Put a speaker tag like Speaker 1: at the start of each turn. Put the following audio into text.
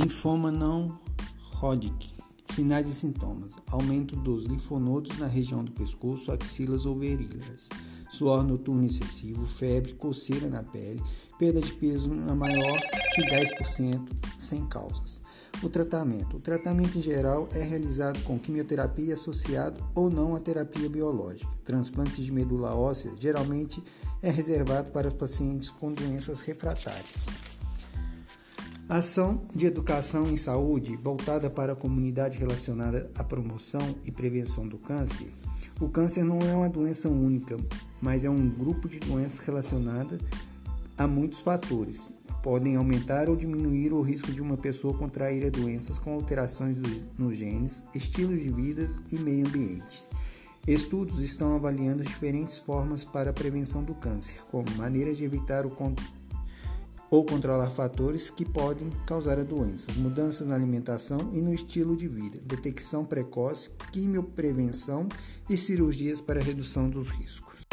Speaker 1: Linfoma não Hodgkin. Sinais e sintomas: aumento dos linfonodos na região do pescoço, axilas ou virilhas, suor noturno excessivo, febre, coceira na pele, perda de peso na maior que 10% sem causas. O tratamento em geral é realizado com quimioterapia associado ou não à terapia biológica. Transplantes de medula óssea geralmente é reservado para os pacientes com doenças refratárias. Ação de educação em saúde voltada para a comunidade relacionada à promoção e prevenção do câncer. O câncer não é uma doença única, mas é um grupo de doenças relacionadas a muitos fatores. Podem aumentar ou diminuir o risco de uma pessoa contrair doenças com alterações nos genes, estilos de vida e meio ambiente. Estudos estão avaliando diferentes formas para a prevenção do câncer, como maneiras de evitar ou controlar fatores que podem causar a doença, mudanças na alimentação e no estilo de vida, detecção precoce, quimioprevenção e cirurgias para redução dos riscos.